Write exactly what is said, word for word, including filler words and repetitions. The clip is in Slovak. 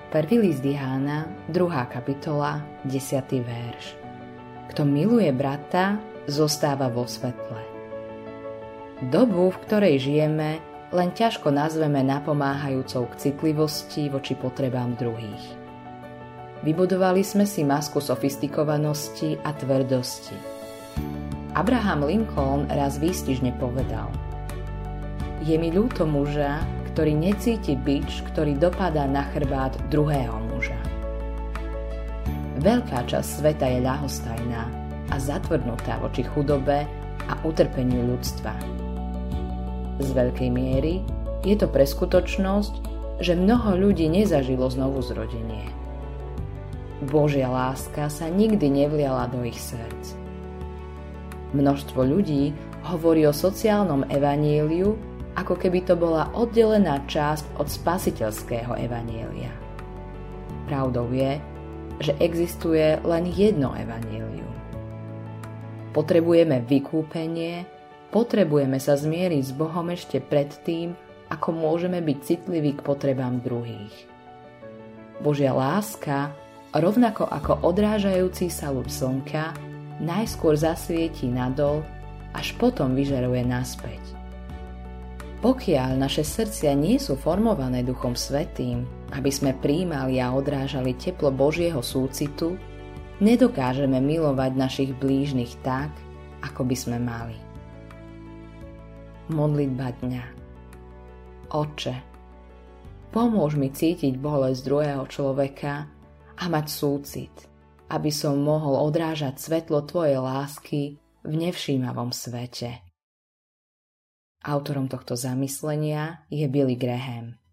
Prvý list Jána, druhá kapitola, desiatý verš. Kto miluje brata, zostáva vo svetle. Dobu, v ktorej žijeme, len ťažko nazveme napomáhajúcou k citlivosti voči potrebám druhých. Vybudovali sme si masku sofistikovanosti a tvrdosti. Abraham Lincoln raz výstižne povedal: Je mi ľúto muža, ktorý necíti bič, ktorý dopadá na chrbát druhého muža. Veľká časť sveta je ľahostajná a zatvrdnutá voči chudobe a utrpeniu ľudstva. Z veľkej miery je to pre skutočnosť, že mnoho ľudí nezažilo znovu zrodenie. Božia láska sa nikdy nevliala do ich srdc. Množstvo ľudí hovorí o sociálnom evaníliu, ako keby to bola oddelená časť od spasiteľského evanielia. Pravdou je, že existuje len jedno evanílium. Potrebujeme vykúpenie, potrebujeme sa zmieriť s Bohom ešte predtým, ako môžeme byť citliví k potrebám druhých. Božia láska, rovnako ako odrážajúci sa ľud slnka, najskôr zasvietí nadol, až potom vyžaruje naspäť. Pokiaľ naše srdcia nie sú formované Duchom Svätým, aby sme prijímali a odrážali teplo Božieho súcitu, nedokážeme milovať našich blížnych tak, ako by sme mali. Modlitba dňa. Otče, pomôž mi cítiť bolesť druhého človeka a mať súcit, aby som mohol odrážať svetlo Tvojej lásky v nevšímavom svete. Autorom tohto zamyslenia je Billy Graham.